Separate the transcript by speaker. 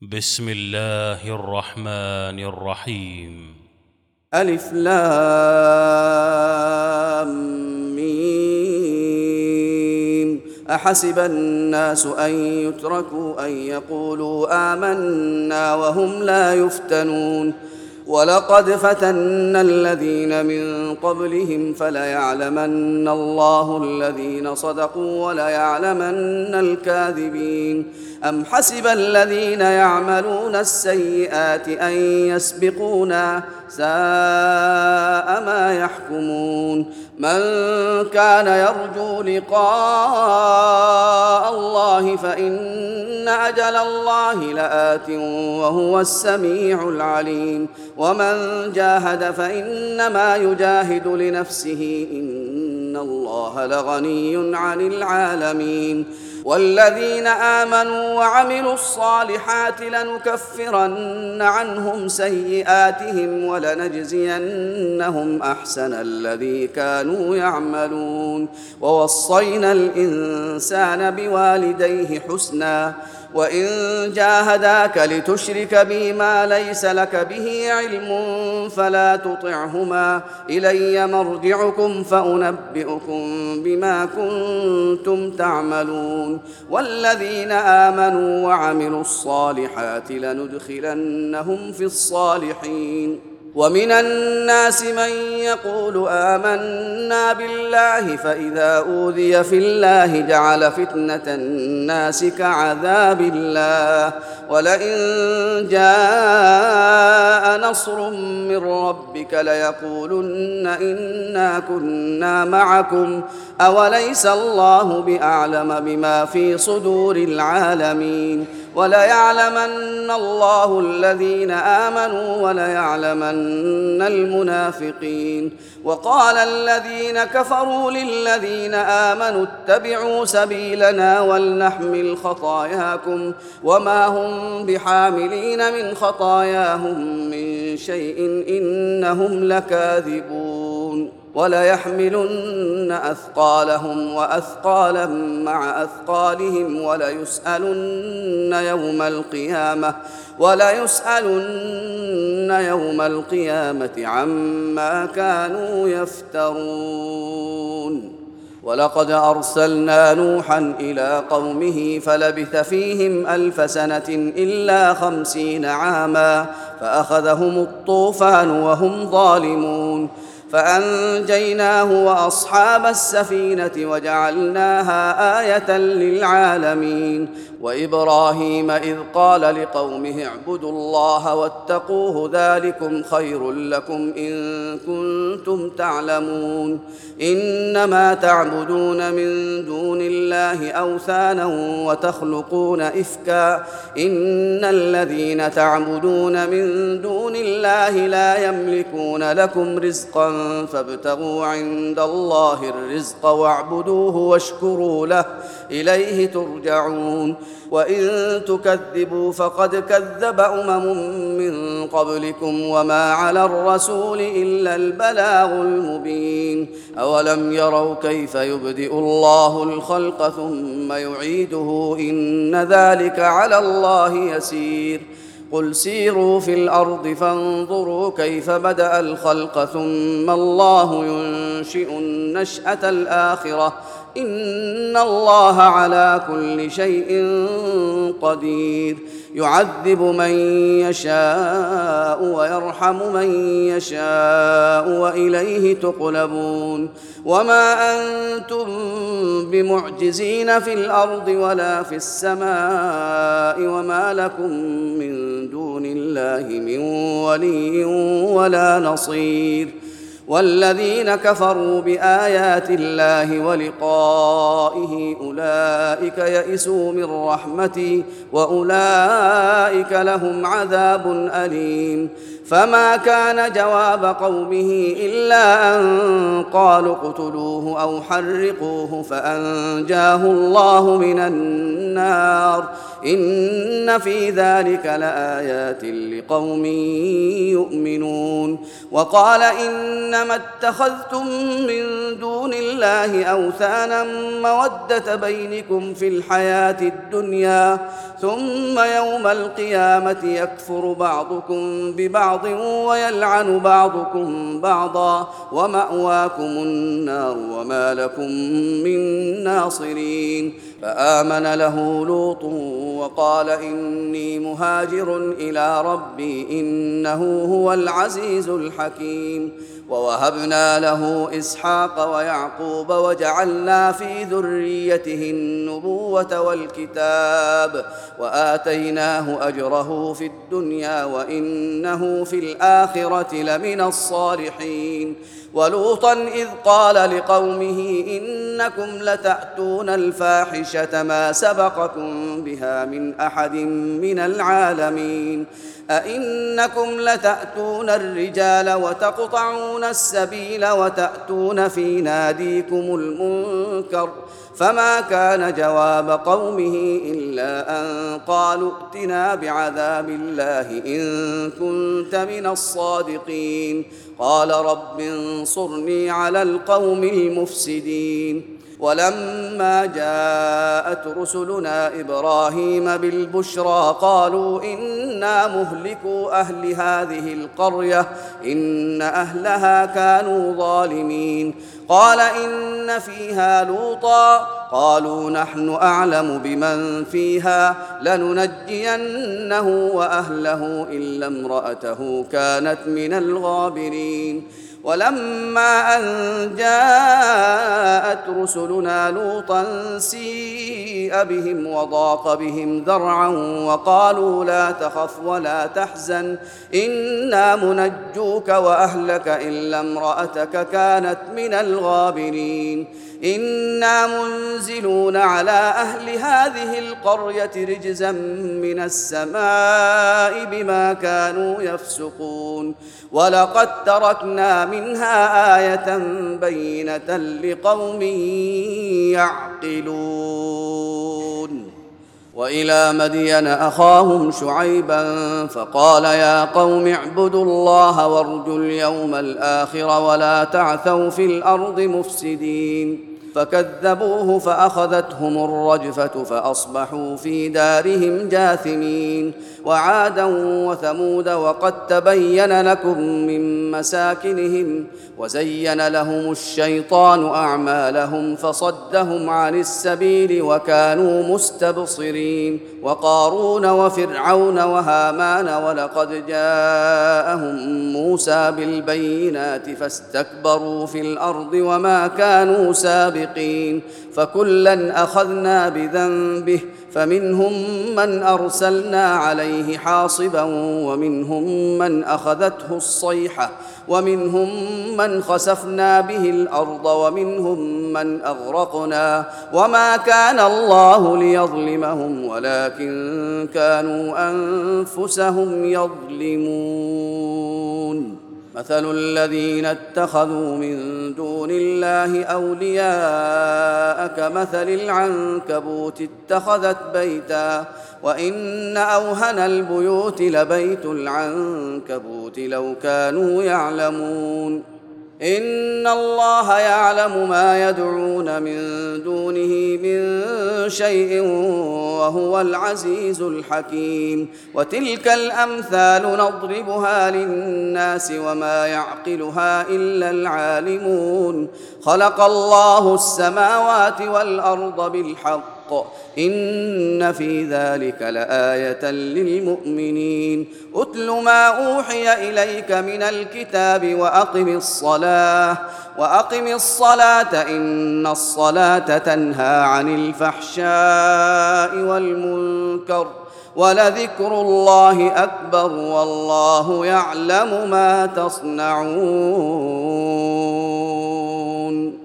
Speaker 1: بسم الله الرحمن الرحيم.
Speaker 2: ألف لام ميم. أحسب الناس أن يتركوا أن يقولوا آمنا وهم لا يفتنون ولقد فتنا الذين من قبلهم فليعلمن الله الذين صدقوا وليعلمن الكاذبين. أم حسب الذين يعملون السيئات أن يسبقونا ساء ما يحكمون. من كان يرجو لقاء الله فإن أجل الله لآت وهو السميع العليم. ومن جاهد فإنما يجاهد لنفسه إن الله لغني عن العالمين. والذين آمنوا وعملوا الصالحات لنكفرن عنهم سيئاتهم ولنجزينهم أحسن الذي كانوا يعملون. ووصينا الإنسان بوالديه حسنا وإن جاهداك لتشرك بي ما ليس لك به علم فلا تطعهما إلي مرجعكم فأنبئكم بما كنتم تعملون. والذين آمنوا وعملوا الصالحات لندخلنهم في الصالحين. ومن الناس من يقول آمنا بالله فإذا أوذي في الله جعل فتنة الناس كعذاب الله ولئن جاء نصر من ربك ليقولن إنا كنا معكم أوليس الله بأعلم بما في صدور العالمين. وليعلمن الله الذين آمنوا وليعلمن المنافقين. وقال الذين كفروا للذين آمنوا اتبعوا سبيلنا ولنحمل خطاياكم وما هم بحاملين من خطاياهم من شيء إنهم لكاذبون. وليحملن أثقالهم وأثقالا مع أثقالهم وليسألن يوم القيامة عما كانوا يفترون. ولقد أرسلنا نوحا إلى قومه فلبث فيهم 1000 سنة إلا 50 عاما فأخذهم الطوفان وهم ظالمون فأنجيناه وأصحاب السفينة وجعلناها آية للعالمين. وإبراهيم إذ قال لقومه اعبدوا الله واتقوه ذلكم خير لكم إن كنتم تعلمون. إنما تعبدون من دون الله أوثانا وتخلقون إفكا إن الذين تعبدون من دون الله لا يملكون لكم رزقا فابتغوا عند الله الرزق واعبدوه واشكروا له إليه ترجعون. وإن تكذبوا فقد كذب من قبلكم وما على الرسول إلا البلاغ المبين. أولم يروا كيف يبدئ الله الخلق ثم يعيده إن ذلك على الله يسير. قل سيروا في الأرض فانظروا كيف بدأ الخلق ثم الله ينشئ النشأة الآخرة إن الله على كل شيء قدير. يعذب من يشاء ويرحم من يشاء وإليه تقلبون. وما أنتم بمعجزين في الأرض ولا في السماء وما لكم من دون الله من ولي ولا نصير. والذين كفروا بآيات الله ولقائه أولئك يئسوا من رحمتي وأولئك لهم عذاب أليم. فما كان جواب قومه إلا أن قالوا اقتلوه أو حرقوه فأنجاه الله من النار إن في ذلك لآيات لقوم يؤمنون. وقال إنما اتخذتم من دون الله أوثانا مودة بينكم في الحياة الدنيا ثم يوم القيامة يكفر بعضكم ببعض ويلعن بعضكم بعضا ومأواكم النار وما لكم من ناصرين. فآمن له لوط وقال إني مهاجر إلى ربي إنه هو العزيز الحكيم. ووهبنا له إسحاق ويعقوب وجعلنا في ذريته النبوة والكتاب وآتيناه أجره في الدنيا وإنه في الآخرة لمن الصالحين. ولوطا إذ قال لقومه إنكم لتأتون الفاحشة ما سبقكم بها من أحد من العالمين أئنكم لتأتون الرجال وتقطعون السبيل وتأتون في ناديكم المنكر فما كان جواب قومه إلا أن قالوا ائتنا بعذاب الله إن كنت من الصادقين قال رب انصرني على القوم المفسدين. ولما جاءت رسلنا إبراهيم بالبشرى قالوا إنا مهلكو أهل هذه القرية إن أهلها كانوا ظالمين قال إن فيها لوطا قالوا نحن أعلم بمن فيها لننجينه وأهله إلا امرأته كانت من الغابرين. ولما أن جاءت رسلنا لوطا سيء بهم وضاق بهم ذرعا وقالوا لا تخف ولا تحزن إنا منجوك وأهلك إلا امرأتك كانت من الغابرين إنا منزلون على أهل هذه القرية رجزا من السماء بما كانوا يفسقون ولقد تركنا منها آية بينة لقوم يعقلون. وإلى مدين أخاهم شعيبا فقال يا قوم اعبدوا الله وارجوا اليوم الآخر ولا تعثوا في الأرض مفسدين فكذبوه فأخذتهم الرجفة فأصبحوا في دارهم جاثمين. وعادا وثمود وقد تبين لكم من مساكنهم وزين لهم الشيطان أعمالهم فصدهم عن السبيل وكانوا مستبصرين. وقارون وفرعون وهامان ولقد جاءهم موسى بالبينات فاستكبروا في الأرض وما كانوا سابقين فكلا أخذنا بذنبه فمنهم من أرسلنا عليه حاصبا ومنهم من أخذته الصيحة ومنهم من خسفنا به الأرض ومنهم من أغرقنا وما كان الله ليظلمهم ولكن كانوا أنفسهم يظلمون. مثل الذين اتخذوا من دون الله أولياء كمثل العنكبوت اتخذت بيتا وإن أوهن البيوت لبيت العنكبوت لو كانوا يعلمون. إن الله يعلم ما يدعون من دونه من شيء وهو العزيز الحكيم. وتلك الأمثال نضربها للناس وما يعقلها إلا العالمون. خلق الله السماوات والأرض بالحق إن في ذلك لآية للمؤمنين. أتل ما أوحي إليك من الكتاب وأقم الصلاة إن الصلاة تنهى عن الفحشاء والمنكر ولذكر الله أكبر والله يعلم ما تصنعون.